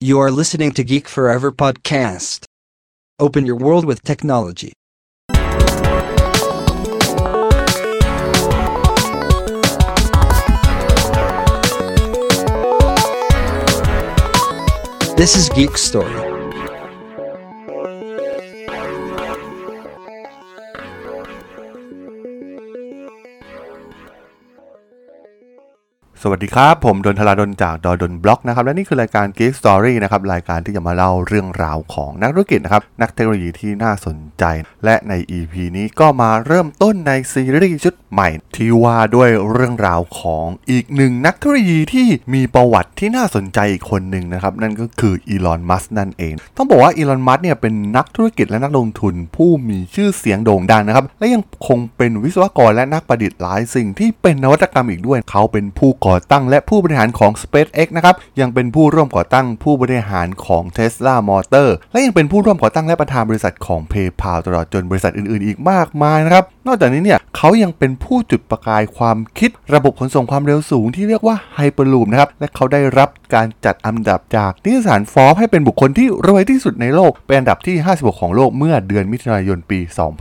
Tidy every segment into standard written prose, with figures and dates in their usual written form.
You are listening to Geek Forever podcast. Open your world with technology. This is Geek Story. สวัสดีครับผมดนทราดลจากดนบล็อกนะครับและนี่คือรายการ Geek Story นะครับรายการที่จะมาเล่าเรื่องราวของนักธุรกิจนะครับนักเทคโนโลยีที่น่าสนใจและใน EP นี้ก็มาเริ่มต้นในซีรีส์ชุดใหม่ที่ว่าด้วยเรื่องราวของอีกหนึ่งนักเทคโนโลยีที่มีประวัติที่น่าสนใจอีกคนหนึ่งนะครับนั่นก็คืออีลอน มัสก์นั่นเองต้องบอกว่าอีลอน มัสก์เนี่ยเป็นนักธุรกิจและนักลงทุนผู้มีชื่อเสียงโด่งดังนะครับและยังคงเป็นวิศวกรและนักประดิษฐ์หลายสิ่งที่เป็นนวัตกรรมอีกด้วยเขาเป็นผู้ก่อตั้งและผู้บริหารของ SpaceX นะครับยังเป็นผู้ร่วมก่อตั้งผู้บริหารของ Tesla Motor และยังเป็นผู้ร่วมก่อตั้งและประธานบริษัทของ PayPal ตลอดจนบริษัทอื่นๆอีกมากมายนะครับนอกจากนี้เนี่ยเขายังเป็นผู้จุดประกายความคิดระบบขนส่งความเร็วสูงที่เรียกว่า Hyperloop นะครับและเขาได้รับการจัดอันดับจากนิตยสาร Forbes ให้เป็นบุคคลที่รวยที่สุดในโลกเป็นอันดับที่56ของโลกเมื่อเดือนมิถุนายนปี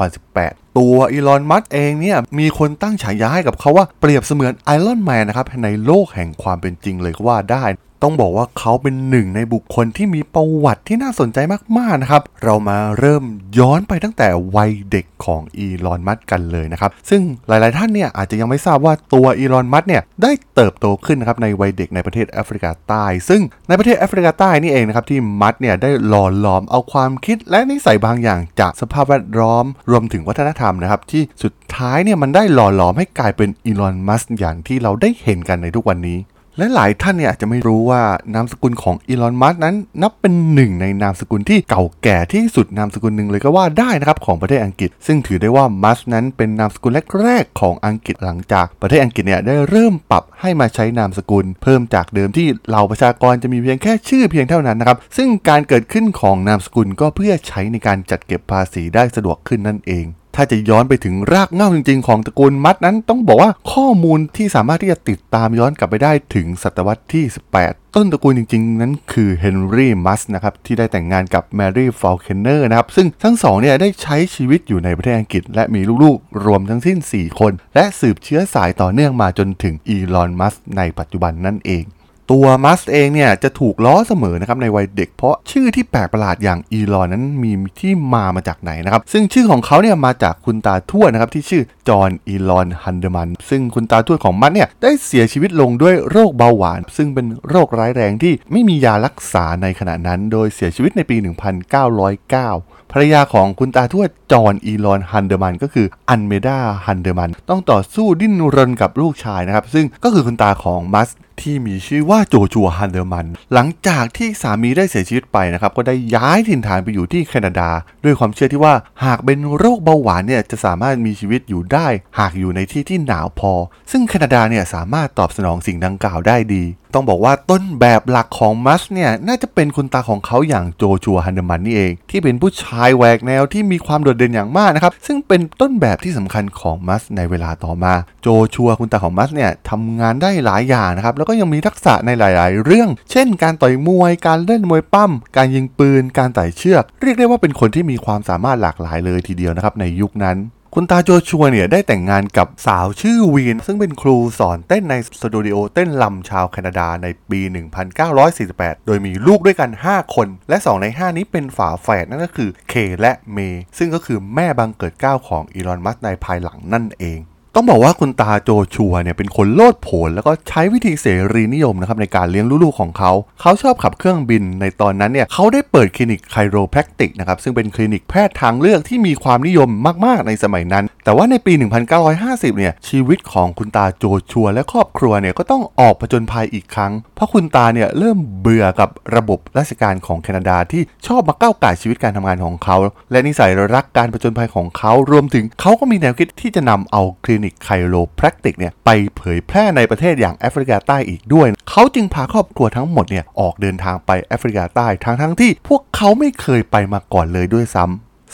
2018ตัวอีลอน มัสก์เองเนี่ยมีคนตั้งฉายาให้กับเขาว่าเปรียบเสมือนไอรอนแมนนะครับในโลกแห่งความเป็นจริงเลยก็ว่าได้ต้องบอกว่าเขาเป็นหนึ่งในบุคคลที่มีประวัติที่น่าสนใจมากๆนะครับเรามาเริ่มย้อนไปตั้งแต่วัยเด็กของอีลอน มัสก์กันเลยนะครับซึ่งหลายๆท่านเนี่ยอาจจะยังไม่ทราบว่าตัวอีลอน มัสก์เนี่ยได้เติบโตขึ้นนะครับในวัยเด็กในประเทศแอฟริกาใต้ซึ่งในประเทศแอฟริกาใต้นี่เองนะครับที่มัสก์เนี่ยได้หล่อหลอมเอาความคิดและนิสัยบางอย่างจากสภาพแวดล้อมรวมถึงวัฒนธรรมนะครับที่สุดท้ายเนี่ยมันได้หล่อหลอมให้กลายเป็นอีลอน มัสก์อย่างที่เราได้เห็นกันในทุกวันนี้และหลายท่านเนี่ยอาจจะไม่รู้ว่านามสกุลของอีลอน มัสก์นั้นนับเป็นหนึ่งในนามสกุลที่เก่าแก่ที่สุดนามสกุลหนึ่งเลยก็ว่าได้นะครับของประเทศอังกฤษซึ่งถือได้ว่ามัสก์นั้นเป็นนามสกุลแรกๆของอังกฤษหลังจากประเทศอังกฤษเนี่ยได้เริ่มปรับให้มาใช้นามสกุลเพิ่มจากเดิมที่เหล่าประชากรจะมีเพียงแค่ชื่อเพียงเท่านั้นนะครับซึ่งการเกิดขึ้นของนามสกุลก็เพื่อใช้ในการจัดเก็บภาษีได้สะดวกขึ้นนั่นเองถ้าจะย้อนไปถึงรากเหง้าจริงๆของตระกูลมัสก์นั้นต้องบอกว่าข้อมูลที่สามารถที่จะติดตามย้อนกลับไปได้ถึงศตวรรษที่18ต้นตระกูลจริงๆนั้นคือเฮนรี่ มัสก์นะครับที่ได้แต่งงานกับแมรี่ ฟอลเคนเนอร์นะครับซึ่งทั้งสองเนี่ยได้ใช้ชีวิตอยู่ในประเทศอังกฤษและมีลูกๆรวมทั้งสิ้น4คนและสืบเชื้อสายต่อเนื่องมาจนถึงอีลอน มัสก์ในปัจจุบันนั่นเองตัวมัสก์เองเนี่ยจะถูกล้อเสมอนะครับในวัยเด็กเพราะชื่อที่แปลกประหลาดอย่างอีลอนนั้นมีที่มาจากไหนนะครับซึ่งชื่อของเขาเนี่ยมาจากคุณตาทวดนะครับที่ชื่อจอห์นอีลอน ฮันเดอร์มันซึ่งคุณตาทวดของมัสก์เนี่ยได้เสียชีวิตลงด้วยโรคเบาหวานซึ่งเป็นโรคร้ายแรงที่ไม่มียารักษาในขณะนั้นโดยเสียชีวิตในปี 1909ภรรยาของคุณตาทวดจอห์นอีลอน ฮันเดอร์มันก็คืออันเมดา ฮันเดอร์มันต้องต่อสู้ดิ้นรนกับลูกชายนะครับซึ่งก็คือคุณตาของมัสก์ที่มีชื่อว่าโจชัว ฮันเดอร์มันหลังจากที่สามีได้เสียชีวิตไปนะครับก็ได้ย้ายถิ่นฐานไปอยู่ที่แคนาดาด้วยความเชื่อที่ว่าหากเป็นโรคเบาหวานเนี่ยจะสามารถมีชีวิตอยู่ได้หากอยู่ในที่ที่หนาวพอซึ่งแคนาดาเนี่ยสามารถตอบสนองสิ่งดังกล่าวได้ดีต้องบอกว่าต้นแบบหลักของมัสก์เนี่ยน่าจะเป็นคุณตาของเขาอย่างโจชัว ฮันเดอร์มันนี่เองที่เป็นผู้ชายแหวกแนวที่มีความโดดเด่นอย่างมากนะครับซึ่งเป็นต้นแบบที่สำคัญของมัสก์ในเวลาต่อมาโจชัวคุณตาของมัสก์เนี่ยทำงานได้หลายอย่างนะครับแล้วก็ยังมีทักษะในหลายๆเรื่องเช่นการต่อยมวยการเล่นมวยปั้มการยิงปืนการไต่เชือกเรียกได้ว่าเป็นคนที่มีความสามารถหลากหลายเลยทีเดียวนะครับในยุคนั้นคุณตาโจชัวเนี่ยได้แต่งงานกับสาวชื่อวีนซึ่งเป็นครูสอนเต้นในสตูดิโอเต้นรำชาวแคนาดาในปี 1948 โดยมีลูกด้วยกัน5คนและ2ใน5นี้เป็นฝาแฝดนั่นก็คือเคและเมซึ่งก็คือแม่บังเกิดเกล้าของอีลอน มัสก์ในภายหลังนั่นเองต้องบอกว่าคุณตาโจชัวเนี่ยเป็นคนโลดโผนแล้วก็ใช้วิธีเสรีนิยมนะครับในการเลี้ยงลูกๆของเขาชอบขับเครื่องบินในตอนนั้นเนี่ยเขาได้เปิดคลินิกไคโรแพคติกนะครับซึ่งเป็นคลินิกแพทย์ทางเลือกที่มีความนิยมมากๆในสมัยนั้นแต่ว่าในปี 1950 เนี่ยชีวิตของคุณตาโจชัวและครอบครัวเนี่ยก็ต้องออกผจญภัยอีกครั้งเพราะคุณตาเนี่ยเริ่มเบื่อกับระบบราชการของแคนาดาที่ชอบมาก้าวก่ายชีวิตการทำงานของเขาและนิสัยรักการผจญภัยของเขารวมถึงเขาก็มีแนวคิดที่จะนำเอาคลินิกไคโรแพคติกเนี่ยไปเผยแพร่ในประเทศอย่างแอฟริกาใต้อีกด้วยเขาจึงพาครอบครัวทั้งหมดเนี่ยออกเดินทางไปแอฟริกาใต้ทั้งที่พวกเขาไม่เคยไปมาก่อนเลยด้วยซ้ำ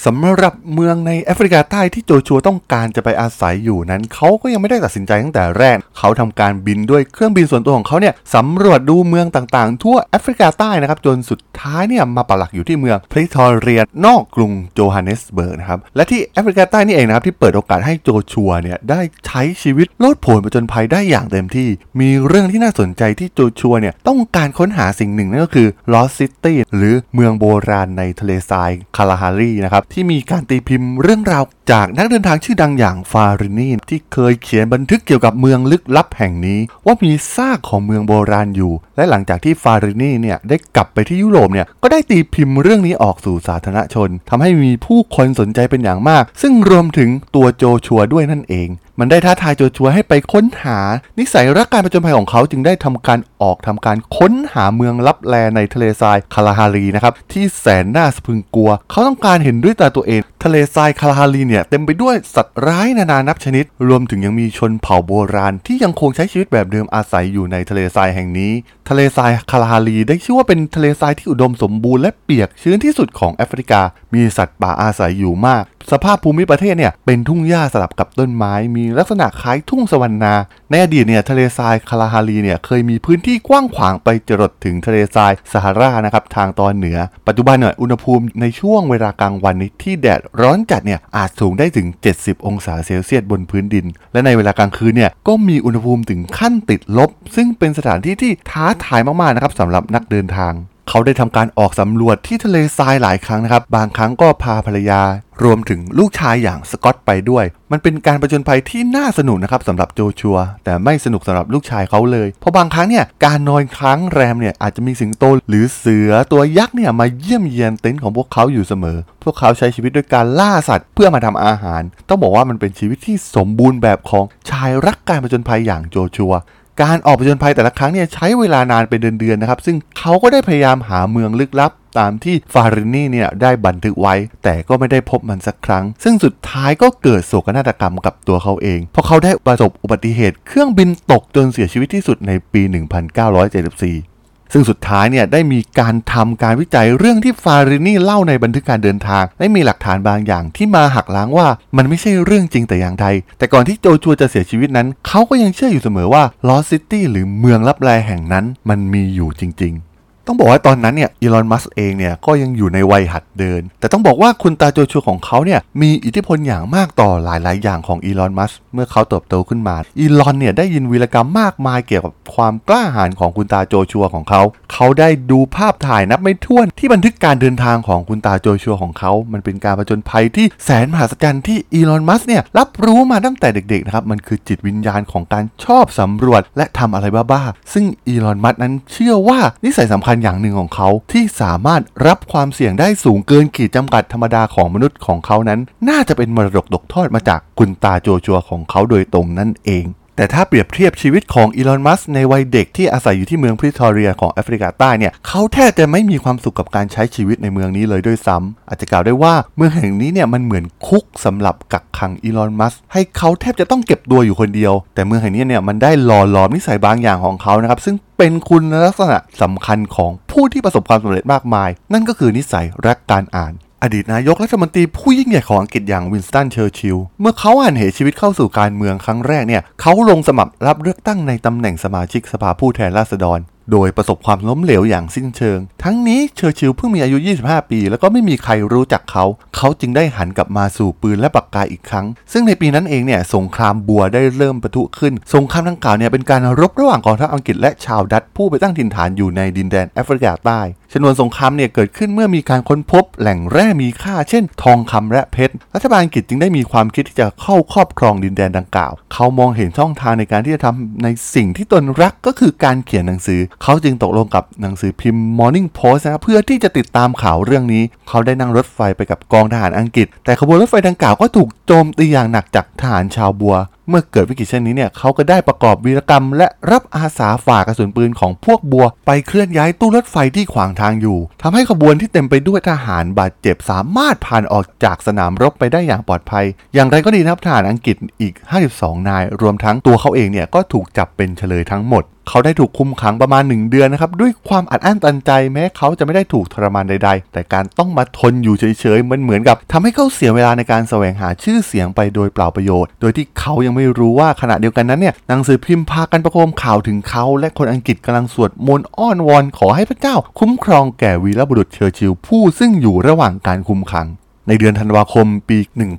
สำหรับเมืองในแอฟริกาใต้ที่โจชัวต้องการจะไปอาศัยอยู่นั้นเขาก็ยังไม่ได้ตัดสินใจตั้งแต่แรกเขาทำการบินด้วยเครื่องบินส่วนตัวของเขาเนี่ยสำรวจดูเมืองต่างๆทั่วแอฟริกาใต้นะครับจนสุดท้ายเนี่ยมาปักหลักอยู่ที่เมืองพริทอเรียนอกกรุงโจฮันเนสเบิร์กนะครับและที่แอฟริกาใต้นี่เองนะครับที่เปิดโอกาสให้โจชัวเนี่ยได้ใช้ชีวิตโลดโผนผจญภัยได้อย่างเต็มที่มีเรื่องที่น่าสนใจที่โจชัวเนี่ยต้องการค้นหาสิ่งหนึ่งนั่นก็คือ Lost City หรือเมืองโบราณในทะเลทรายคาลาฮารีนะครับที่มีการตีพิมพ์เรื่องราวจากนักเดินทางชื่อดังอย่างฟารินีที่เคยเขียนบันทึกเกี่ยวกับเมืองลึกลับแห่งนี้ว่ามีซากของเมืองโบราณอยู่และหลังจากที่ฟารินีเนี่ยได้กลับไปที่ยุโรปเนี่ยก็ได้ตีพิมพ์เรื่องนี้ออกสู่สาธารณชนทำให้มีผู้คนสนใจเป็นอย่างมากซึ่งรวมถึงตัวโจชัวด้วยนั่นเองมันได้ท้าทายโจชัวให้ไปค้นหานิสัยรักการผจญภัยของเขาจึงได้ทำการค้นหาเมืองลับแลในทะเลทรายคาลาฮารีนะครับที่แสนน่าสะพรึงกลัวเขาต้องการเห็นด้วยตาตัวเองทะเลทรายคาลาฮารีเนี่ยเต็มไปด้วยสัตว์ร้ายนานานับชนิดรวมถึงยังมีชนเผ่าโบราณที่ยังคงใช้ชีวิตแบบเดิมอาศัยอยู่ในทะเลทรายแห่งนี้ทะเลทรายคาลาฮารีได้ชื่อว่าเป็นทะเลทรายที่อุดมสมบูรณ์และเปียกชื้นที่สุดของแอฟริกามีสัตว์ป่าอาศัยอยู่มากสภาพภูมิประเทศเนี่ยเป็นทุ่งหญ้าสลับกับต้นไม้มีลักษณะคล้ายทุ่งสวรรณาในอดีตเนี่ยทะเลทรายคาลาฮารีเนี่ยเคยมีพื้นที่กว้างขวางไปจรดถึงทะเลทรายซาฮารานะครับทางตอนเหนือปัจจุบันเนี่ยอุณหภูมิในช่วงเวลากลางวันนี้ที่แดดร้อนจัดเนี่ยอาจสูงได้ถึง70องศาเซลเซียสบนพื้นดินและในเวลากลางคืนเนี่ยก็มีอุณหภูมิถึงขั้นติดลบซึ่งเป็นสถานที่ที่ท้าทายมากๆนะครับสำหรับนักเดินทางเขาได้ทำการออกสำรวจที่ทะเลทรายหลายครั้งนะครับบางครั้งก็พาภรรยารวมถึงลูกชายอย่างสกอตไปด้วยมันเป็นการผจญภัยที่น่าสนุกนะครับสำหรับโจชัวแต่ไม่สนุกสำหรับลูกชายเขาเลยเพราะบางครั้งเนี่ยการนอนค้างแรมเนี่ยอาจจะมีสิงโตหรือเสือตัวยักษ์เนี่ยมาเยี่ยมเยียนเต็นท์ของพวกเขาอยู่เสมอพวกเขาใช้ชีวิตด้วยการล่าสัตว์เพื่อมาทำอาหารต้องบอกว่ามันเป็นชีวิตที่สมบูรณ์แบบของชายรักการผจญภัยอย่างโจชัวการออกผจญภัยแต่ละครั้งเนี่ยใช้เวลานานเป็นเดือนๆนะครับซึ่งเขาก็ได้พยายามหาเมืองลึกลับตามที่ฟารินีเนี่ยได้บันทึกไว้แต่ก็ไม่ได้พบมันสักครั้งซึ่งสุดท้ายก็เกิดโศกนาฏกรรมกับตัวเขาเองเพราะเขาได้ประสบอุบัติเหตุเครื่องบินตกจนเสียชีวิตที่สุดในปี 1974ซึ่งสุดท้ายเนี่ยได้มีการวิจัยเรื่องที่ฟารินีเล่าในบันทึกการเดินทางและมีหลักฐานบางอย่างที่มาหักล้างว่ามันไม่ใช่เรื่องจริงแต่อย่างใดแต่ก่อนที่โจชัวจะเสียชีวิตนั้นเขาก็ยังเชื่ออยู่เสมอว่าลอสซิตี้หรือเมืองลับแลแห่งนั้นมันมีอยู่จริงๆต้องบอกว่าตอนนั้นเนี่ยอีลอนมัสก์เองเนี่ยก็ยังอยู่ในวัยหัดเดินแต่ต้องบอกว่าคุณตาโจชัวของเขาเนี่ยมีอิทธิพลอย่างมากต่อหลายๆอย่างของอีลอนมัสก์เมื่อเขาเติบโตขึ้นมาอีลอนเนี่ยได้ยินวีรกรรมมากมายเกี่ยวกับความกล้าหาญของคุณตาโจชัวของเขาได้ดูภาพถ่ายนับไม่ถ้วนที่บันทึกการเดินทางของคุณตาโจชัวของเขามันเป็นการผจญภัยที่แสนมหัศจรรย์ที่อีลอนมัสก์เนี่ยรับรู้มาตั้งแต่เด็กๆนะครับมันคือจิตวิญญาณของการชอบสำรวจและทำอะไรบ้าๆซึ่งอีลอนมัสก์นั้นเชื่อว่านิสัยสำคัญอย่างหนึ่งของเขาที่สามารถรับความเสี่ยงได้สูงเกินขีดจำกัดธรรมดาของมนุษย์ของเขานั้นน่าจะเป็นมรดกตกทอดมาจากคุณตาโจชัวของเขาโดยตรงนั่นเองแต่ถ้าเปรียบเทียบชีวิตของอีลอนมัสก์ในวัยเด็กที่อาศัยอยู่ที่เมืองพริทอเรียของแอฟริกาใต้เนี่ยเขาแทบจะไม่มีความสุขกับการใช้ชีวิตในเมืองนี้เลยด้วยซ้ำอาจจะกล่าวได้ว่าเมืองแห่งนี้เนี่ยมันเหมือนคุกสำหรับกักขังอีลอนมัสก์ให้เขาแทบจะต้องเก็บตัวอยู่คนเดียวแต่เมืองแห่งนี้เนี่ยมันได้หล่อหลอมนิสัยบางอย่างของเขานะครับซึ่งเป็นคุณลักษณะสำคัญของผู้ที่ประสบความสำเร็จมากมายนั่นก็คือนิสัยรักการอ่านอดีตนายกรัฐมนตรีผู้ยิ่งใหญ่ของอังกฤษอย่างวินสตันเชอร์ชิลล์เมื่อเขาหันเหชีวิตเข้าสู่การเมืองครั้งแรกเนี่ยเขาลงสมัครรับเลือกตั้งในตำแหน่งสมาชิกสภาผู้แทนราษฎรโดยประสบความล้มเหลวอย่างสิ้นเชิงทั้งนี้เชอร์ชิลล์เพิ่งมีอายุ25ปีแล้วก็ไม่มีใครรู้จักเขาจึงได้หันกลับมาสู่ปืนและปากกาอีกครั้งซึ่งในปีนั้นเองเนี่ยสงครามบัวได้เริ่มปะทุขึ้นสงครามดังกล่าวเนี่ยเป็นการรบระหว่างกองทัพอังกฤษและชาวดัตช์ผู้ไปตั้งถิ่นฐานอยู่ในดินแดนแอฟริกาใต้ชนวนสงครามเนี่ยเกิดขึ้นเมื่อมีการค้นพบแหล่งแร่มีค่าเช่นทองคำและเพชรรัฐบาลอังกฤษจึงได้มีความคิดที่จะเข้าครอบครองดินแดนดังกล่าวเขามองเห็นช่องทางในการที่จะทำในสิ่งที่ตนรักก็คือการเขียนหนังสือเขาจึงตกลงกับหนังสือพิมพ์ Morning Post นะเพื่อที่จะติดตามข่าวเรื่องนี้เขาได้นั่งรถไฟไปกับกองทหารอังกฤษแต่ขบวนรถไฟดังกล่าวก็ถูกโจมตีอย่างหนักจากทหารชาวบัวเมื่อเกิดวิกฤตเช่นนี้เนี่ยเขาก็ได้ประกอบวีรกรรมและรับอาสาฝ่ากระสุนปืนของพวกบัวไปเคลื่อนย้ายตู้รถไฟที่ขวางทางอยู่ทำให้ขบวนที่เต็มไปด้วยทหารบาดเจ็บสามารถผ่านออกจากสนามรบไปได้อย่างปลอดภัยอย่างไรก็ดีนะครับทหารอังกฤษอีก52นายรวมทั้งตัวเขาเองเนี่ยก็ถูกจับเป็นเฉลยทั้งหมดเขาได้ถูกคุมขังประมาณ1 เดือนนะครับด้วยความอัดอั้นตันใจแม้เขาจะไม่ได้ถูกทรมานใดๆแต่การต้องมาทนอยู่เฉยๆมันเหมือนกับทำให้เขาเสียเวลาในการแสวงหาชื่อเสียงไปโดยเปล่าประโยชน์โดยที่เขายังไม่รู้ว่าขณะเดียวกันนั้นเนี่ยหนังสือพิมพ์พากันประโคมข่าวถึงเขาและคนอังกฤษกำลังสวดมนต์อ้อนวอนขอให้พระเจ้าคุ้มครองแก่วีรบุรุษเชอร์ชิลผู้ซึ่งอยู่ระหว่างการคุมขังในเดือนธันวาคมปี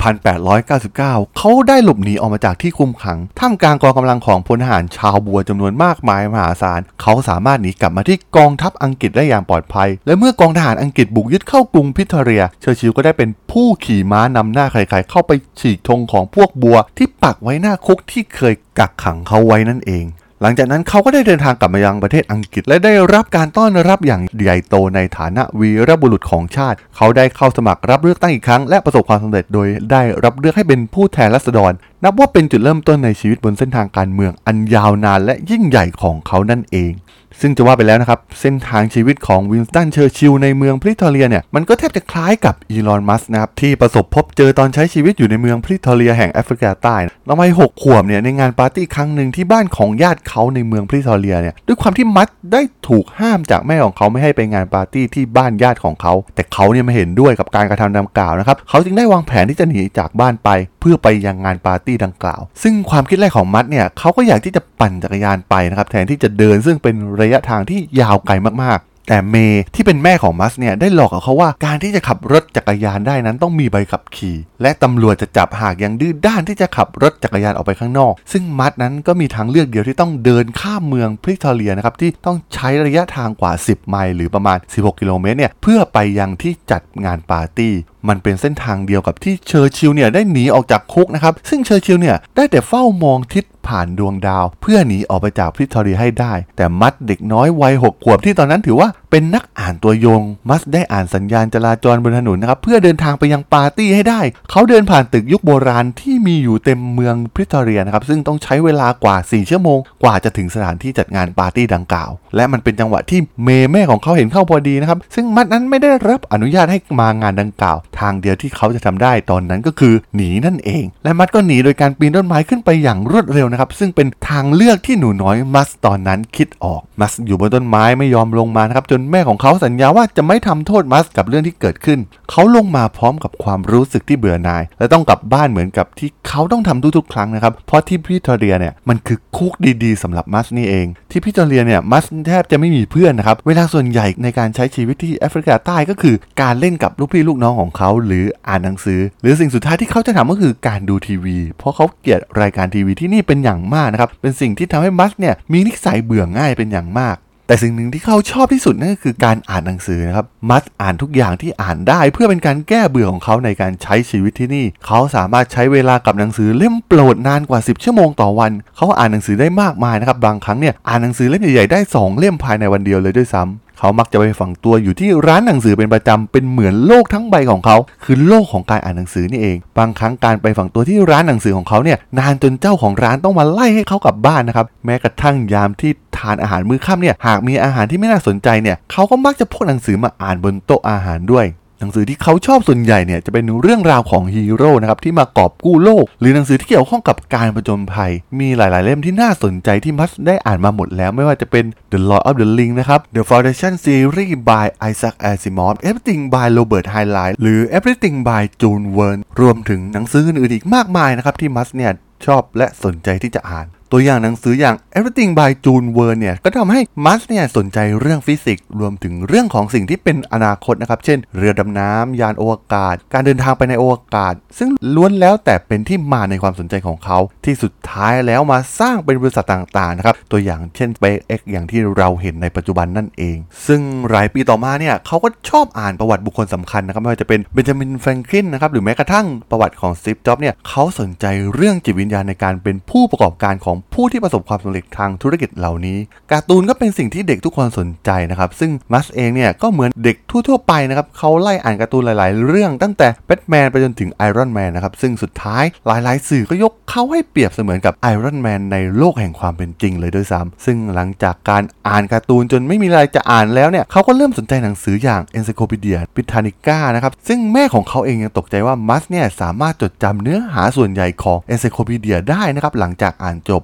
1899 เขาได้หลบหนีออกมาจากที่คุมขังท่ามกลางกองกำลังของพลทหารชาวบัวจำนวนมากมายมหาศาลเขาสามารถหนีกลับมาที่กองทัพอังกฤษได้อย่างปลอดภัยและเมื่อกองทหารอังกฤษบุกยึดเข้ากรุงพิทเรียเชอร์ชิลก็ได้เป็นผู้ขี่ม้านำหน้าใครๆเข้าไปฉีกธงของพวกบัวที่ปักไว้หน้าคุกที่เคยกักขังเขาไว้นั่นเองหลังจากนั้นเขาก็ได้เดินทางกลับมายังประเทศอังกฤษและได้รับการต้อนรับอย่างใหญ่โตในฐานะวีรบุรุษของชาติเขาได้เข้าสมัครรับเลือกตั้งอีกครั้งและประสบความสำเร็จโดยได้รับเลือกให้เป็นผู้แทนราษฎรนับว่าเป็นจุดเริ่มต้นในชีวิตบนเส้นทางการเมืองอันยาวนานและยิ่งใหญ่ของเขานั่นเองซึ่งจะว่าไปแล้วนะครับเส้นทางชีวิตของวินสตันเชอร์ชิลในเมืองพริทอเรียเนี่ยมันก็แทบจะคล้ายกับอีลอนมัสก์นะครับที่ประสบพบเจอตอนใช้ชีวิตอยู่ในเมืองพริทอเรียแห่งแอฟริกาใต้ในวัย6 ขวบเนี่ยในงานปาร์ตี้ครั้งหนึ่งที่บ้านของญาติเขาในเมืองพริทอเรียเนี่ยด้วยความที่มัสได้ถูกห้ามจากแม่ของเขาไม่ให้ไปงานปาร์ตี้ที่บ้านญาติของเขาแต่เขาเนี่ยไม่เห็นด้วยกับการกระทำดังกล่าวนะครับเขาจึงได้วางแผนที่จะหนีจากบ้านไปเพื่อไปยังงานปาร์ตี้ดังกล่าวซึ่งความคิดแรกของมัสเนี่ยเขาก็อยากที่จะปั่นจักรยานไปนะครับแทนที่จะเดินซึ่งเป็นระยะทางที่ยาวไกลมากๆแต่เมย์ที่เป็นแม่ของมัสเนี่ยได้หลอกกับเขาว่าการที่จะขับรถจักรยานได้นั้นต้องมีใบขับขี่และตำรวจจะจับหากยังดื้อด้านที่จะขับรถจักรยานออกไปข้างนอกซึ่งมัสนั้นก็มีทางเลือกเดียวที่ต้องเดินข้ามเมืองพริทอเรียนะครับที่ต้องใช้ระยะทางกว่า10 ไมล์หรือประมาณ16 กิโลเมตรเนี่ยเพื่อไปยังที่จัดงานปาร์ตี้มันเป็นเส้นทางเดียวกับที่เชอร์ชิลเนี่ยได้หนีออกจากคุกนะครับซึ่งเชอร์ชิลเนี่ยได้แต่เฝ้ามองทิศผ่านดวงดาวเพื่อหนีออกไปจากพริทอเรียให้ได้แต่มัสเด็กน้อยวัย6 ขวบที่ตอนนั้นถือว่าเป็นนักอ่านตัวยงมัสได้อ่านสัญญาณจราจรบนถนนนะครับเพื่อเดินทางไปยังปาร์ตี้ให้ได้เขาเดินผ่านตึกยุคโบราณที่มีอยู่เต็มเมืองพริทอเรียนะครับซึ่งต้องใช้เวลากว่า4 ชั่วโมงกว่าจะถึงสถานที่จัดงานปาร์ตี้ดังกล่าวและมันเป็นจังหวะที่เมย์แม่ของเขาเห็นเข้าพอดีนะครับซึ่งมัสนั้นไม่ได้รับอนุญาตให้มางานดังกล่าวทางเดียวที่เขาจะทำได้ตอนนั้นก็คือหนีนั่นเองและมัสก็หนีโดยการปีนต้นไม้ขึ้นไปอย่างรวดเร็วนะครับซึ่งเป็นทางเลือกที่หนูน้อยมัสตอนนั้นคิดออกมัสอยู่บนต้นไม้ไม่ยอมลงมานะครับจนแม่ของเขาสัญญาว่าจะไม่ทำโทษมัสกับเรื่องที่เกิดขึ้นเขาลงมาพร้อมกับความรู้สึกที่เบื่อหน่ายและต้องกลับบ้านเหมือนกับที่เขาต้องทำทุกๆครั้งนะครับเพราะที่พริทอเรียเนี่ยมันคือคุกดีๆสำหรับมัสนี่เองที่พริทอเรียเนี่ยมัสแทบจะไม่มีเพื่อนนะครับเวลาส่วนใหญ่ในการใช้ชีวิตที่แอฟริกาใต้ก็คือการเล่นกับลูกพี่ลูกน้องของเขาหรืออ่านหนังสือหรือสิ่งสุดท้ายที่เขาจะทำก็คือการดูทีวีเพราะเขาเกลียดรายการทีวีที่นี่เป็นอย่างมากนะครับเป็นสิ่งที่ทำให้มัสเนี่ยมีนิสัยเบื่อง่ายเป็นอย่างมากแต่สิ่งหนึ่งที่เขาชอบที่สุดนั่นก็คือการอ่านหนังสือนะครับมัสอ่านทุกอย่างที่อ่านได้เพื่อเป็นการแก้เบื่อของเขาในการใช้ชีวิตที่นี่เขาสามารถใช้เวลากับหนังสือเล่มโปรดนานกว่า10 ชั่วโมงต่อวันเขาอ่านหนังสือได้มากมายนะครับบางครั้งเนี่ยอ่านหนังสือเล่มใหญ่ๆได้2 เล่มภายในวันเดียวเลยด้วยซ้ำเขามักจะไปฝังตัวอยู่ที่ร้านหนังสือเป็นประจำเป็นเหมือนโลกทั้งใบของเขาคือโลกของการอ่านหนังสือนี่เองบางครั้งการไปฝังตัวที่ร้านหนังสือของเขาเนี่ยนานจนเจ้าของร้านต้องมาไล่ให้เขากลับบ้านนะครับแม้กระทั่งยามที่ทานอาหารมื้อค่ำเนี่ยหากมีอาหารที่ไม่น่าสนใจเนี่ยเขาก็มักจะพกหนังสือมาอ่านบนโต๊ะอาหารด้วยหนังสือที่เขาชอบส่วนใหญ่เนี่ยจะเป็นเรื่องราวของฮีโร่นะครับที่มากอบกู้โลกหรือหนังสือที่เกี่ยวข้องกับการผจญภัยมีหลายๆเล่มที่น่าสนใจที่มัสได้อ่านมาหมดแล้วไม่ว่าจะเป็น The Lord of the Rings นะครับ The Foundation Series by Isaac Asimov Everything by Robert Heinlein หรือ Everything by Jules Verne รวมถึงหนังสืออื่นๆอีกมากมายนะครับที่มัสเนี่ยชอบและสนใจที่จะอ่านตัวอย่างหนังสืออย่าง Everything by Jules Verne เนี่ยก็ทำให้มัสเนี่ยสนใจเรื่องฟิสิกส์รวมถึงเรื่องของสิ่งที่เป็นอนาคตนะครับเช่นเรือดำน้ำยานอวกาศการเดินทางไปในอวกาศซึ่งล้วนแล้วแต่เป็นที่มาในความสนใจของเขาที่สุดท้ายแล้วมาสร้างเป็นบริษัทต่างๆนะครับตัวอย่างเช่น SpaceX อย่างที่เราเห็นในปัจจุบันนั่นเองซึ่งหลายปีต่อมาเนี่ยเขาก็ชอบอ่านประวัติบุคคลสำคัญนะครับไม่ว่าจะเป็นเบนจามินแฟรงคลินนะครับหรือแม้กระทั่งประวัติของสตีฟ จ็อบส์เนี่ยเขาสนใจเรื่องจิตวิญญาณในการเป็นผู้ประกอบการของผู้ที่ประสบความสำเร็จทางธุรกิจเหล่านี้การ์ตูนก็เป็นสิ่งที่เด็กทุกคนสนใจนะครับซึ่งมัสเองเนี่ยก็เหมือนเด็กทั่วๆไปนะครับเขาไล่อ่านการ์ตูนหลายๆเรื่องตั้งแต่แบทแมนไปจนถึงไอรอนแมนนะครับซึ่งสุดท้ายหลายๆสื่อก็ยกเขาให้เปรียบเสมือนกับไอรอนแมนในโลกแห่งความเป็นจริงเลยด้วยซ้ำซึ่งหลังจากการอ่านการ์ตูนจนไม่มีอะไรจะอ่านแล้วเนี่ยเขาก็เริ่มสนใจหนังสืออย่าง Encyclopedia Britannica นะครับซึ่งแม่ของเขาเองยังตกใจว่ามัสเนี่ยสามารถจดจำเนื้อหาส่วนใหญ่ของ Encyclopedia ได้นะครับหลังจากอ่านจบ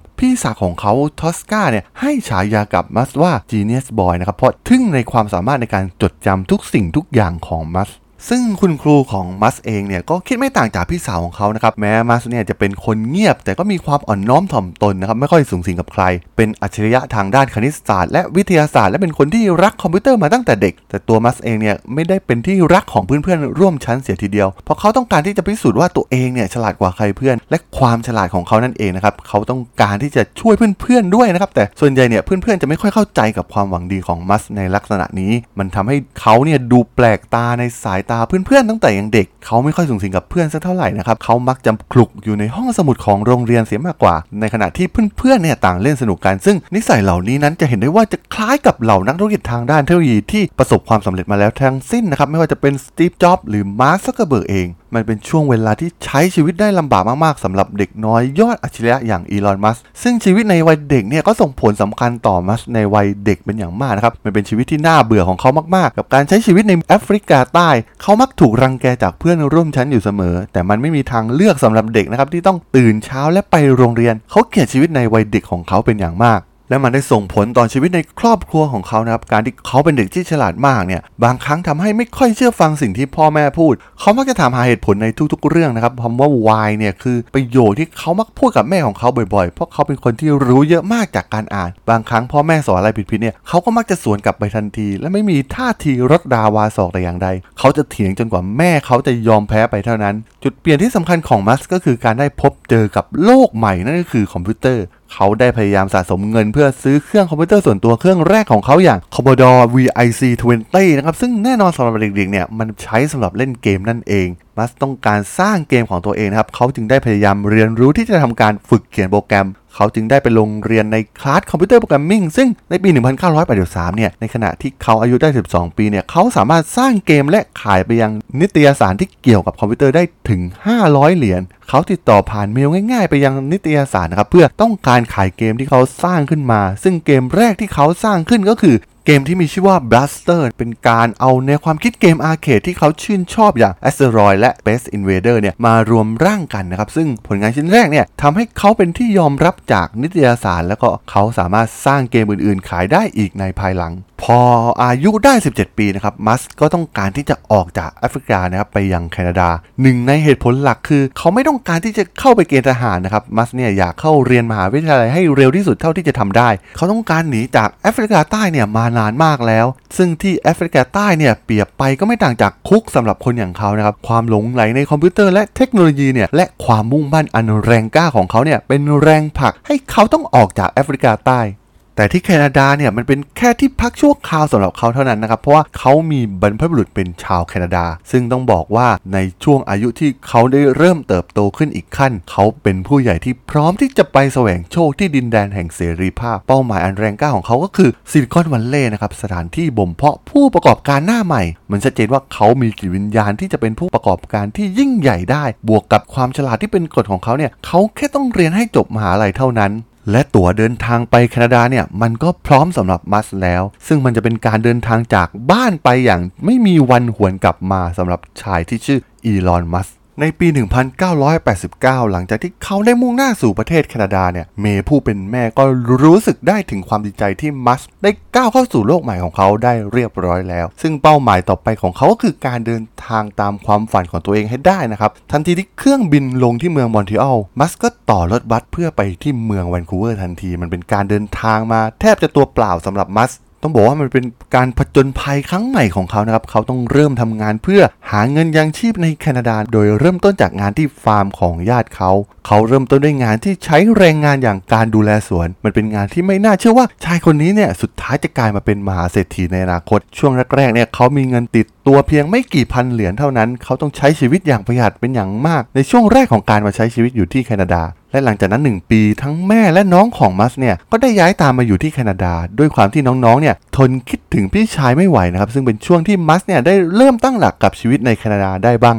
พี่สาวของเขาทอสกาเนี่ยให้ฉายากับมัสว่า Genius Boy นะครับเพราะทึ่งในความสามารถในการจดจำทุกสิ่งทุกอย่างของมัสซึ่งคุณครูของมัสเองเนี่ยก็คิดไม่ต่างจากพี่สาวของเขานะครับแม้มัสเนี่ยจะเป็นคนเงียบแต่ก็มีความอ่อนน้อมถ่อมตนนะครับไม่ค่อยสูงสิงกับใครเป็นอัจฉริยะทางด้านคณิตศาสตร์และวิทยาศาสตร์และเป็นคนที่รักคอมพิวเตอร์มาตั้งแต่เด็กแต่ตัวมัสเองเนี่ยไม่ได้เป็นที่รักของเพื่อนๆร่วมชั้นเสียทีเดียวเพราะเขาต้องการที่จะพิสูจน์ว่าตัวเองเนี่ยฉลาดกว่าใครเพื่อนและความฉลาดของเขานั่นเองนะครับเขาต้องการที่จะช่วยเพื่อนๆด้วยนะครับแต่ส่วนใหญ่เนี่ยเพื่อนๆจะไม่ค่อยเข้าใจกับความหวังดีของมัสในลักษณะนี้มันทำให้เขาเนี่ยดูแปลกตาในสายตาเพื่อนๆตั้งแต่ยังเด็กเขาไม่ค่อยสูงสิงกับเพื่อนสักเท่าไหร่นะครับเขามักจะคลุกอยู่ในห้องสมุดของโรงเรียนเสียมากกว่าในขณะที่เพื่อนๆเนี่ยต่างเล่นสนุกกันซึ่งนิสัยเหล่านี้นั้นจะเห็นได้ว่าจะคล้ายกับเหล่านักธุรกิจทางด้านเทคโนโลยีที่ประสบความสำเร็จมาแล้วทั้งสิ้นนะครับไม่ว่าจะเป็นสตีฟ จ็อบส์หรือมาร์ค ซักเคอร์เบิร์กเองมันเป็นช่วงเวลาที่ใช้ชีวิตได้ลำบากมากๆสำหรับเด็กน้อยยอดอัจฉริยะอย่างอีลอน มัสก์ซึ่งชีวิตในวัยเด็กเนี่ยก็ส่งผลสำคัญต่อมัสก์ในวัยเด็กเป็นอย่างมากนะครับมันเป็นชีวิตที่น่าเบื่อของเขามากๆกับการใช้ชีวิตในแอฟริกาใต้เขามักถูกรังแกจากเพื่อนร่วมชั้นอยู่เสมอแต่มันไม่มีทางเลือกสำหรับเด็กนะครับที่ต้องตื่นเช้าและไปโรงเรียนเขาเกลียดชีวิตในวัยเด็กของเขาเป็นอย่างมากและมันได้ส่งผลต่อชีวิตในครอบครัวของเขานะครับการที่เขาเป็นเด็กที่ฉลาดมากเนี่ยบางครั้งทำให้ไม่ค่อยเชื่อฟังสิ่งที่พ่อแม่พูดเขามักจะถามหาเหตุผลในทุกๆเรื่องนะครับคำว่า why เนี่ยคือประโยคที่เขามักพูดกับแม่ของเขาบ่อยๆเพราะเขาเป็นคนที่รู้เยอะมากจากการอ่านบางครั้งพ่อแม่สอนอะไรผิดๆเนี่ยเขาก็มักจะสวนกลับไปทันทีและไม่มีท่าทีรถดาวาศอกแต่อย่างใดเขาจะเถียงจนกว่าแม่เขาจะยอมแพ้ไปเท่านั้นจุดเปลี่ยนที่สำคัญของมัสก์ก็คือการได้พบเจอกับโลกใหม่นั่นก็คือคอมพิวเตอร์เขาได้พยายามสะสมเงินเพื่อซื้อเครื่องคอมพิวเตอร์ส่วนตัวเครื่องแรกของเขาอย่าง Commodore VIC-20 นะครับซึ่งแน่นอนสำหรับเด็กๆเนี่ยมันใช้สำหรับเล่นเกมนั่นเองมัสต้องการสร้างเกมของตัวเองนะครับเขาจึงได้พยายามเรียนรู้ที่จะทำการฝึกเขียนโปรแกรมเขาจึงได้ไปลงเรียนในคลาสคอมพิวเตอร์โปรแกรมมิ่งซึ่งในปี 1983 เนี่ยในขณะที่เขาอายุได้ 12 ปีเนี่ยเขาสามารถสร้างเกมและขายไปยังนิตยสารที่เกี่ยวกับคอมพิวเตอร์ได้ถึง 500 เหรียญเขาติดต่อผ่านเมลง่ายๆไปยังนิตยสารนะครับเพื่อต้องการขายเกมที่เขาสร้างขึ้นมาซึ่งเกมแรกที่เขาสร้างขึ้นก็คือเกมที่มีชื่อว่า Blaster เป็นการเอาแนวความคิดเกมอาร์เคดที่เขาชื่นชอบอย่าง Asteroid และ Space Invader เนี่ยมารวมร่างกันนะครับซึ่งผลงานชิ้นแรกเนี่ยทำให้เขาเป็นที่ยอมรับจากนิตยสารแล้วก็เขาสามารถสร้างเกมอื่นๆขายได้อีกในภายหลังพออายุได้ 17 ปีนะครับมัสก์ก็ต้องการที่จะออกจากแอฟริกานะครับไปยังแคนาดาหนึ่งในเหตุผลหลักคือเขาไม่ต้องการที่จะเข้าไปเกณฑ์ทหารนะครับมัสก์เนี่ยอยากเข้าเรียนมหาวิทยาลัยให้เร็วที่สุดเท่าที่จะทำได้เขาต้องการหนีจากแอฟริกาใต้เนี่ยมานานมากแล้วซึ่งที่แอฟริกาใต้เนี่ยเปรียบไปก็ไม่ต่างจากคุกสำหรับคนอย่างเขานะครับความหลงไหลในคอมพิวเตอร์และเทคโนโลยีเนี่ยและความมุ่งมั่นอันแรงกล้าของเขาเนี่ยเป็นแรงผลักให้เขาต้องออกจากแอฟริกาใต้แต่ที่แคนาดาเนี่ยมันเป็นแค่ที่พักชั่วคราวสำหรับเขาเท่านั้นนะครับเพราะว่าเขามีบรรพบุรุษเป็นชาวแคนาดาซึ่งต้องบอกว่าในช่วงอายุที่เขาได้เริ่มเติบโตขึ้นอีกขั้นเขาเป็นผู้ใหญ่ที่พร้อมที่จะไปแสวงโชคที่ดินแดนแห่งเสรีภาพเป้าหมายอันแรงกล้าของเขาก็คือซิลิคอนวัลเลย์นะครับสถานที่บ่มเพาะผู้ประกอบการหน้าใหม่มันชัดเจนว่าเขามีจิตวิญญาณที่จะเป็นผู้ประกอบการที่ยิ่งใหญ่ได้บวกกับความฉลาดที่เป็นกฎของเขาเนี่ยเขาแค่ต้องเรียนให้จบมหาลัยเท่านั้นและตั๋วเดินทางไปแคนาดาเนี่ยมันก็พร้อมสำหรับมัสก์แล้วซึ่งมันจะเป็นการเดินทางจากบ้านไปอย่างไม่มีวันหวนกลับมาสำหรับชายที่ชื่ออีลอน มัสก์ในปี 1989 หลังจากที่เขาได้มุ่งหน้าสู่ประเทศแคนาดาเนี่ยเมย์ผู้เป็นแม่ก็รู้สึกได้ถึงความดีใจที่มัสก์ได้ก้าวเข้าสู่โลกใหม่ของเขาได้เรียบร้อยแล้วซึ่งเป้าหมายต่อไปของเขาก็คือการเดินทางตามความฝันของตัวเองให้ได้นะครับทันทีที่เครื่องบินลงที่เมืองมอนทรีออลมัสก์ก็ต่อรถบัสเพื่อไปที่เมืองแวนคูเวอร์ทันทีมันเป็นการเดินทางมาแทบจะตัวเปล่าสำหรับมัสก์ต้องบอกว่ามันเป็นการผจญภัยครั้งใหม่ของเขานะครับเขาต้องเริ่มทำงานเพื่อหาเงินยังชีพในแคนาดาโดยเริ่มต้นจากงานที่ฟาร์มของญาติเขาเริ่มต้นด้วยงานที่ใช้แรงงานอย่างการดูแลสวนมันเป็นงานที่ไม่น่าเชื่อว่าชายคนนี้เนี่ยสุดท้ายจะกลายมาเป็นมหาเศรษฐีในอนาคตช่วงแรกๆเนี่ยเขามีเงินติดตัวเพียงไม่กี่พันเหรียญเท่านั้นเขาต้องใช้ชีวิตอย่างประหยัดเป็นอย่างมากในช่วงแรกของการมาใช้ชีวิตอยู่ที่แคนาดาและหลังจากนั้น1 ปีทั้งแม่และน้องของมัสเนี่ยก็ได้ย้ายตามมาอยู่ที่แคนาดาด้วยความที่น้องๆเนี่ยทนคิดถึงพี่ชายไม่ไหวนะครับซึ่งเป็นช่วงที่มัสเนี่ยได้เริ่มตั้งหลักกับชีวิตในแคนาดาได้บ้างแล้ว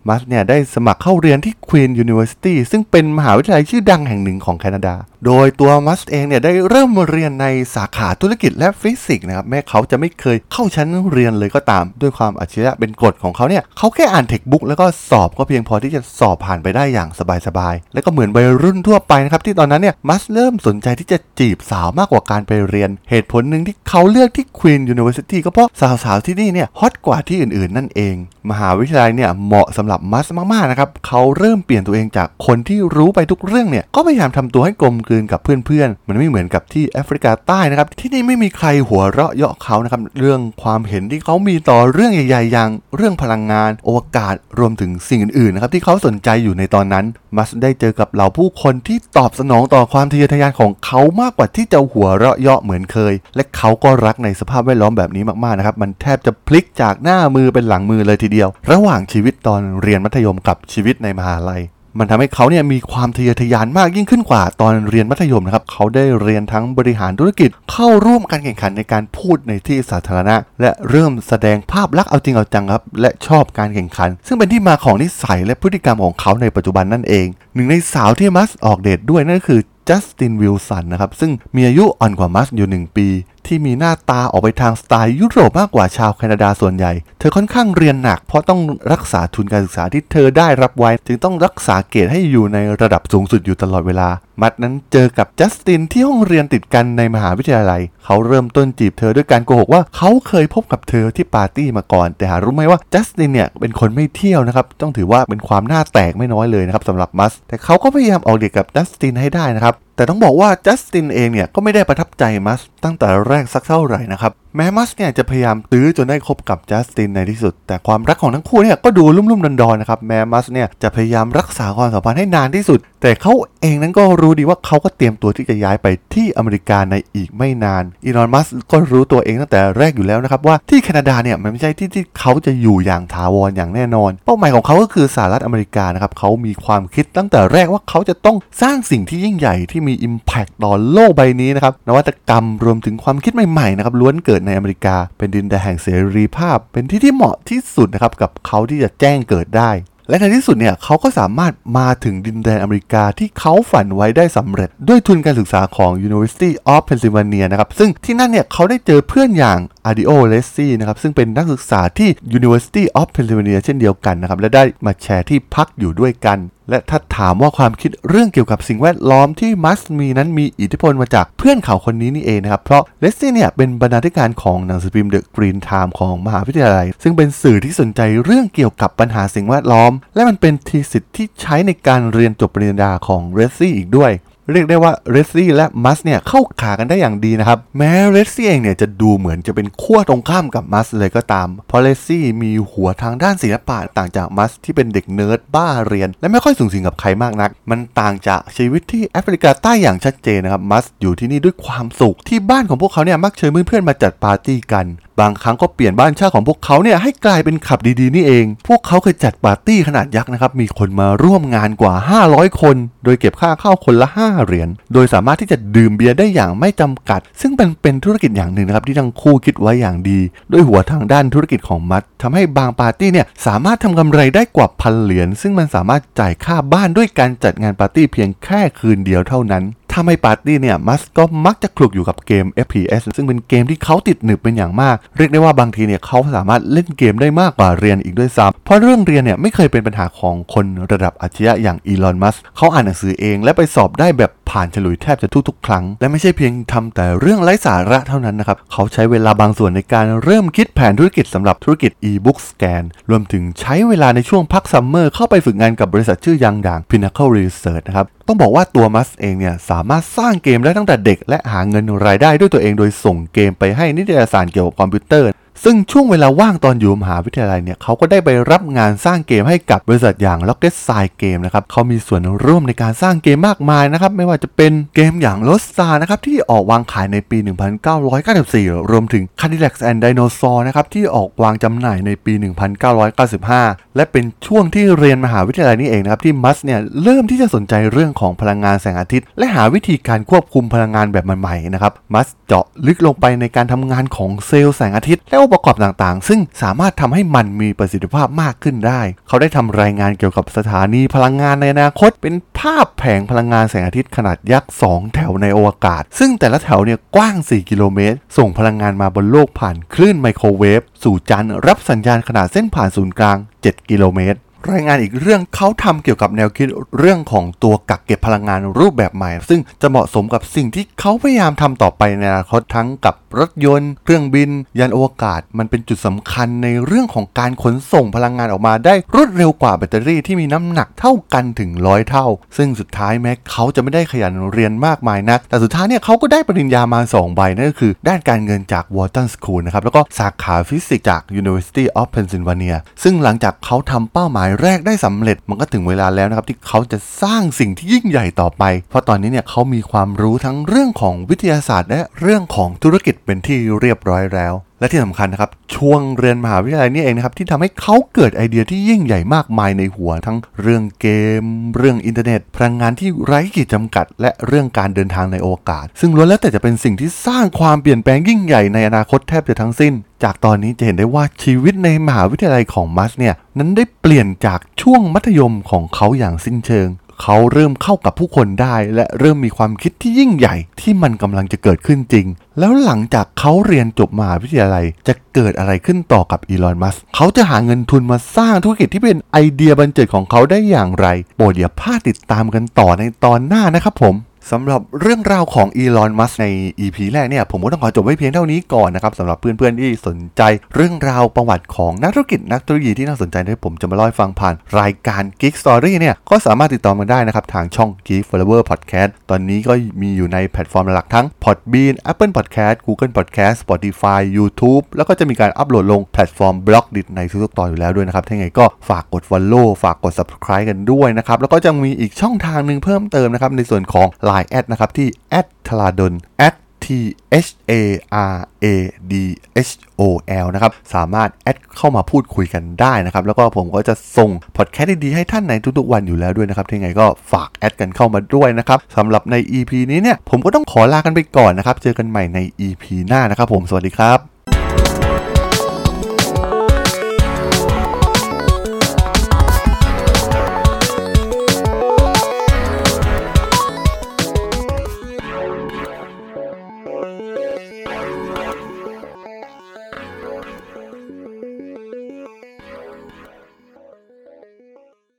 มัสเนี่ยได้สมัครเข้าเรียนที่ Queen University ซึ่งเป็นมหาวิทยาลัยชื่อดังแห่งหนึ่งของแคนาดาโดยตัวมัสเองเนี่ยได้เริ่มเรียนในสาขาธุรกิจและฟิสิกส์นะครับแม้เขาจะไม่เคยเข้าชั้นเรียนเลยก็ตามด้วยความอัจฉริยะเป็นกฎของเขาเนี่ยเขาแค่อ่านเทคบุ๊กแล้วก็สอบก็เพียงพอที่จะสอบผ่านไปได้อย่างสบายๆและก็เหมือนวัยรุ่นทั่วไปนะครับที่ตอนนั้นเนี่ยมัสเริ่มสนใจที่จะจีบสาวมากกว่าการไปเรียนเหตุผลหนึ่งที่เขาเลือกที่ Queen University ก็เพราะสาวๆที่นี่เนี่ยฮอตกว่าที่อื่นๆนั่นเองมหาวิทยาลัยเนี่ยเหมาะสำหรับมัสมากๆนะครับเขาเริ่มเปลี่ยนตัวเองจากคนที่รู้ไปทุกเรื่องเนี่ยก็พยายามทำตัวให้กลมกลืนกับเพื่อนๆมันไม่เหมือนกับที่แอฟริกาใต้นะครับที่นี่ไม่มีใครหัวเราะเยาะเขานะครับเรื่องความเห็นที่เขามีต่อเรื่องใหญ่ๆอย่างเรื่องพลังงานอวกาศรวมถึงสิ่งอื่นๆนะครับที่เขาสนใจอยู่ในตอนนั้นมัสได้เจอกับเหล่าผู้คนที่ตอบสนองต่อความทะเยอทะยานของเขามากกว่าที่จะหัวเราะเยาะเหมือนเคยและเขาก็รักในสภาพแวดล้อมแบบนี้มากๆนะครับมันแทบจะพลิกจากหน้ามือเป็นหลังมือเลยทีเดียวระหว่างชีวิตตอนเรียนมัธยมกับชีวิตในมหาลัยมันทำให้เขาเนี่ยมีความทะเยอทะยานมากยิ่งขึ้นกว่าตอนเรียนมัธยมนะครับเขาได้เรียนทั้งบริหารธุรกิจเข้าร่วมการแข่งขันในการพูดในที่สาธารณะและเริ่มแสดงภาพลักษณ์เอาจริงเอาจังครับและชอบการแข่งขันซึ่งเป็นที่มาของนิสัยและพฤติกรรมของเขาในปัจจุบันนั่นเองหนึ่งในสาวที่มัสออกเดทด้วยนั่นก็คือจัสตินวิลสันนะครับซึ่งมีอายุอ่อนกว่ามัสอยู่1 ปีที่มีหน้าตาออกไปทางสไตล์ยุโรปมากกว่าชาวแคนาดาส่วนใหญ่เธอค่อนข้างเรียนหนักเพราะต้องรักษาทุนการศึกษาที่เธอได้รับไว้จึงต้องรักษาเกรดให้อยู่ในระดับสูงสุดอยู่ตลอดเวลามัดนั้นเจอกับจัสตินที่ห้องเรียนติดกันในมหาวิทยาลัยเขาเริ่มต้นจีบเธอด้วยการโกหกว่าเขาเคยพบกับเธอที่ปาร์ตี้มาก่อนแต่หารู้ไหมว่าจัสตินเนี่ยเป็นคนไม่เที่ยวนะครับต้องถือว่าเป็นความหน้าแตกไม่น้อยเลยนะครับสำหรับมัสแต่เขาก็พยายามออกเดทกับจัสตินให้ได้นะครับแต่ต้องบอกว่าจัสตินเองเนี่ยก็ไม่ได้ประทับใจมัสตั้งแต่แรกสักเท่าไหร่นะครับแม้มัสเนี่ยจะพยายามตื้อจนได้คบกับจัสตินในที่สุดแต่ความรักของทั้งคู่เนี่ยก็ดูลุ่มๆดอนๆนะครับแม้มัสเนี่ยจะพยายามรักษาความสัมพันธ์ให้นานที่สุดแต่เขาเองนั้นก็รู้ดีว่าเขาก็เตรียมตัวที่จะย้ายไปที่อเมริกาในอีกไม่นานอีลอนมัสก์ก็รู้ตัวเองตั้งแต่แรกอยู่แล้วนะครับว่าที่แคนาดาเนี่ยมันไม่ใช่ที่เขาจะอยู่อย่างถาวรอย่างแน่นอนเป้าหมายของเขาก็คือสหรัฐอเมริกานะครับเขามีความคิดตั้งแต่แรกว่าเขาจะต้องสร้างสิ่งที่ยิ่งใหญ่ที่มี impact ต่อโลกใบนี้นะครับนวัตกรรมรวมถึงความคิดใหม่ๆนะครับล้วนเกิดในอเมริกาเป็นดินแดนแห่งเสรีภาพเป็นที่เหมาะที่สุดนะครับกับเขาที่จะแจ้งเกิดได้และในที่สุดเนี่ยเขาก็สามารถมาถึงดินแดนอเมริกาที่เขาฝันไว้ได้สำเร็จด้วยทุนการศึกษาของ University of Pennsylvania นะครับซึ่งที่นั่นเนี่ยเขาได้เจอเพื่อนอย่างอาร์ดิโอเลสซี่นะครับซึ่งเป็นนักศึกษาที่ University of Pennsylvania เช่นเดียวกันนะครับและได้มาแชร์ที่พักอยู่ด้วยกันและถ้าถามว่าความคิดเรื่องเกี่ยวกับสิ่งแวดล้อมที่มัสมีนั้นมีอิทธิพลมาจากเพื่อนเขาคนนี้นี่เองนะครับเพราะเลสซี่เนี่ยเป็นบรรณาธิการของหนังสือพิมพ์ The Green Time ของมหาวิทยาลัยซึ่งเป็นสื่อที่สนใจเรื่องเกี่ยวกับปัญหาสิ่งแวดล้อมและมันเป็นทีสิทธิ์ที่ใช้ในการเรียนจบปริญญาของเลสซี่อีกด้วยเรียกได้ว่าเรซซี่และมัสเนี่ยเข้าขากันได้อย่างดีนะครับแม้เรซซี่เองเนี่ยจะดูเหมือนจะเป็นขั้วตรงข้ามกับมัสเลยก็ตามเพราะเรซซี่มีหัวทางด้านศิลปะต่างจากมัสที่เป็นเด็กเนิร์ดบ้าเรียนและไม่ค่อยสูงสิงกับใครมากนักมันต่างจากชีวิตที่แอฟริกาใต้อย่างชัดเจนนะครับมัสอยู่ที่นี่ด้วยความสุขที่บ้านของพวกเขาเนี่ยมักเชิญเพื่อนๆมาจัดปาร์ตี้กันบางครั้งก็เปลี่ยนบ้านเช่าของพวกเขาเนี่ยให้กลายเป็นขับดีๆนี่เองพวกเขาเคยจัดปาร์ตี้ขนาดยักษ์นะครับมีคนมาร่วมงานกว่า500คนโดยเก็บค่าเข้าคนละ5 เหรียญโดยสามารถที่จะดื่มเบียร์ได้อย่างไม่จำกัดซึ่งเป็นธุรกิจอย่างหนึ่งนะครับที่ทั้งคู่คิดไว้อย่างดีด้วยหัวทางด้านธุรกิจของมัสทำให้บางปาร์ตี้เนี่ยสามารถทำกำไรได้กว่า1,000 เหรียญซึ่งมันสามารถจ่ายค่าบ้านด้วยการจัดงานปาร์ตี้เพียงแค่คืนเดียวเท่านั้นถ้าไม่ปาร์ตี้เนี่ยมัสก็มักจะคลุกอยู่กับเกม FPS ซึ่งเป็นเกมที่เขาติดหนึบเป็นอย่างมากเรียกได้ว่าบางทีเนี่ยเขาสามารถเล่นเกมได้มากกว่าเรียนอีกด้วยซ้ำเพราะเรื่องเรียนเนี่ยไม่เคยเป็นปัญหาของคนระดับอัจฉริยะอย่างอีลอนมัสก์เขาอ่านหนังสือเองและไปสอบได้แบบผ่านฉลุยแทบจะทุกๆครั้งและไม่ใช่เพียงทำแต่เรื่องไร้สาระเท่านั้นนะครับเขาใช้เวลาบางส่วนในการเริ่มคิดแผนธุรกิจสำหรับธุรกิจ e-book scan รวมถึงใช้เวลาในช่วงพักซัมเมอร์เข้าไปฝึกงานกับบริษัทชื่อดังอย่าง Pinnacle Research นะครับต้องบอกว่าตัวมัสเองเนี่ยสามารถสร้างเกมได้ตั้งแต่เด็กและหาเงินรายได้ด้วยตัวเองโดยส่งเกมไปให้นิตยสารเกี่ยวกับคอมพิวเตอร์ซึ่งช่วงเวลาว่างตอนอยู่มหาวิทยาลัยเนี่ยเขาก็ได้ไปรับงานสร้างเกมให้กับบริษัทอย่าง Rocket Science Game นะครับเขามีส่วนร่วมในการสร้างเกมมากมายนะครับไม่ว่าจะเป็นเกมอย่าง Lost Star นะครับที่ออกวางขายในปี 1994 รวมถึง Cadillacs and Dinosaur นะครับที่ออกวางจำหน่ายในปี 1995 และเป็นช่วงที่เรียนมหาวิทยาลัยนี่เองนะครับที่มัสเนี่ยเริ่มที่จะสนใจเรื่องของพลังงานแสงอาทิตย์และหาวิธีการควบคุมพลังงานแบบใหม่ๆนะครับมัสเจาะลึกลงไปในการทำงานของเซลล์แสงอาทิตย์และอุปประกอบต่างๆซึ่งสามารถทำให้มันมีประสิทธิภาพมากขึ้นได้เขาได้ทำรายงานเกี่ยวกับสถานีพลังงานในอนาคตเป็นภาพแผงพลังงานแสงอาทิตย์ขนาดยักษ์2แถวในอวกาศซึ่งแต่ละแถวเนี่ยกว้าง4กิโลเมตรส่งพลังงานมาบนโลกผ่านคลื่นไมโครเวฟสู่จันทร์รับสัญญาณขนาดเส้นผ่านศูนย์กลาง7กิโลเมตรรายงานอีกเรื่องเขาทำเกี่ยวกับแนวคิดเรื่องของตัวกักเก็บพลังงานรูปแบบใหม่ซึ่งจะเหมาะสมกับสิ่งที่เขาพยายามทำต่อไปในอนาคตทั้งกับรถยนต์เครื่องบินยานอวกาศมันเป็นจุดสำคัญในเรื่องของการขนส่งพลังงานออกมาได้รวดเร็วกว่าแบตเตอรี่ที่มีน้ำหนักเท่ากันถึง100เท่าซึ่งสุดท้ายแม้เขาจะไม่ได้ขยันเรียนมากมายนักแต่สุดท้ายเนี่ยเขาก็ได้ปริญญามา2ใบนั่นก็คือด้านการเงินจาก Wharton School นะครับแล้วก็สาขาฟิสิกส์จาก University of Pennsylvania ซึ่งหลังจากเขาทำเป้าหมายแรกได้สำเร็จมันก็ถึงเวลาแล้วนะครับที่เขาจะสร้างสิ่งที่ยิ่งใหญ่ต่อไปเพราะตอนนี้เนี่ยเขามีความรู้ทั้งเรื่องของวิทยาศาสตร์และเรื่องของธุรกิจเป็นที่เรียบร้อยแล้วและที่สำคัญนะครับช่วงเรียนมหาวิทยาลัยนี่เองนะครับที่ทำให้เขาเกิดไอเดียที่ยิ่งใหญ่มากมายในหัวทั้งเรื่องเกมเรื่องอินเทอร์เน็ตพลังงานที่ไร้ขีดจำกัดและเรื่องการเดินทางในอวกาศซึ่งล้วนแล้วแต่จะเป็นสิ่งที่สร้างความเปลี่ยนแปลงยิ่งใหญ่ในอนาคตแทบจะทั้งสิ้นจากตอนนี้จะเห็นได้ว่าชีวิตในมหาวิทยาลัยของมัสเนี่ยนั้นได้เปลี่ยนจากช่วงมัธยมของเขาอย่างสิ้นเชิงเขาเริ่มเข้ากับผู้คนได้และเริ่มมีความคิดที่ยิ่งใหญ่ที่มันกำลังจะเกิดขึ้นจริงแล้วหลังจากเขาเรียนจบมหาวิทยาลัยจะเกิดอะไรขึ้นต่อกับอีลอน มัสก์เขาจะหาเงินทุนมาสร้างธุรกิจที่เป็นไอเดียบันเจิดของเขาได้อย่างไรโปรดอย่าพลาดติดตามกันต่อในตอนหน้านะครับผมสำหรับเรื่องราวของอีลอน มัสก์ใน EP แรกเนี่ยผมก็ต้องขอจบไว้เพียงเท่านี้ก่อนนะครับสำหรับเพื่อนๆที่สนใจเรื่องราวประวัติของนักธุรกิจนักเทคโนโลยีที่น่าสนใจที่ผมจะมาเล่าให้ฟังผ่านรายการ Geek Story เนี่ยก็สามารถติดต่อมาได้นะครับทางช่อง Geek Forever Podcast ตอนนี้ก็มีอยู่ในแพลตฟอร์มหลักทั้ง Podbean Apple Podcast Google Podcast Spotify YouTube แล้วก็จะมีการอัปโหลดลงแพลตฟอร์ม Blogdit ในทุกๆตอนอยู่แล้วด้วยนะครับถ้าไงก็ฝากกด Follow ฝากกด Subscribe กันด้วยนะครับแล้วก็จะมีอีกช่องทางนึงเพิ่มเติมนะครับในส่วนของ Line แอดนะครับที่@thradol THARADHOL นะครับสามารถแอดเข้ามาพูดคุยกันได้นะครับแล้วก็ผมก็จะส่งพอดแคสต์ดีๆให้ท่านในทุกๆวันอยู่แล้วด้วยนะครับที่ไงก็ฝากแอดกันเข้ามาด้วยนะครับสำหรับใน EP นี้เนี่ยผมก็ต้องขอลากันไปก่อนนะครับเจอกันใหม่ใน EP หน้านะครับผมสวัสดีครับ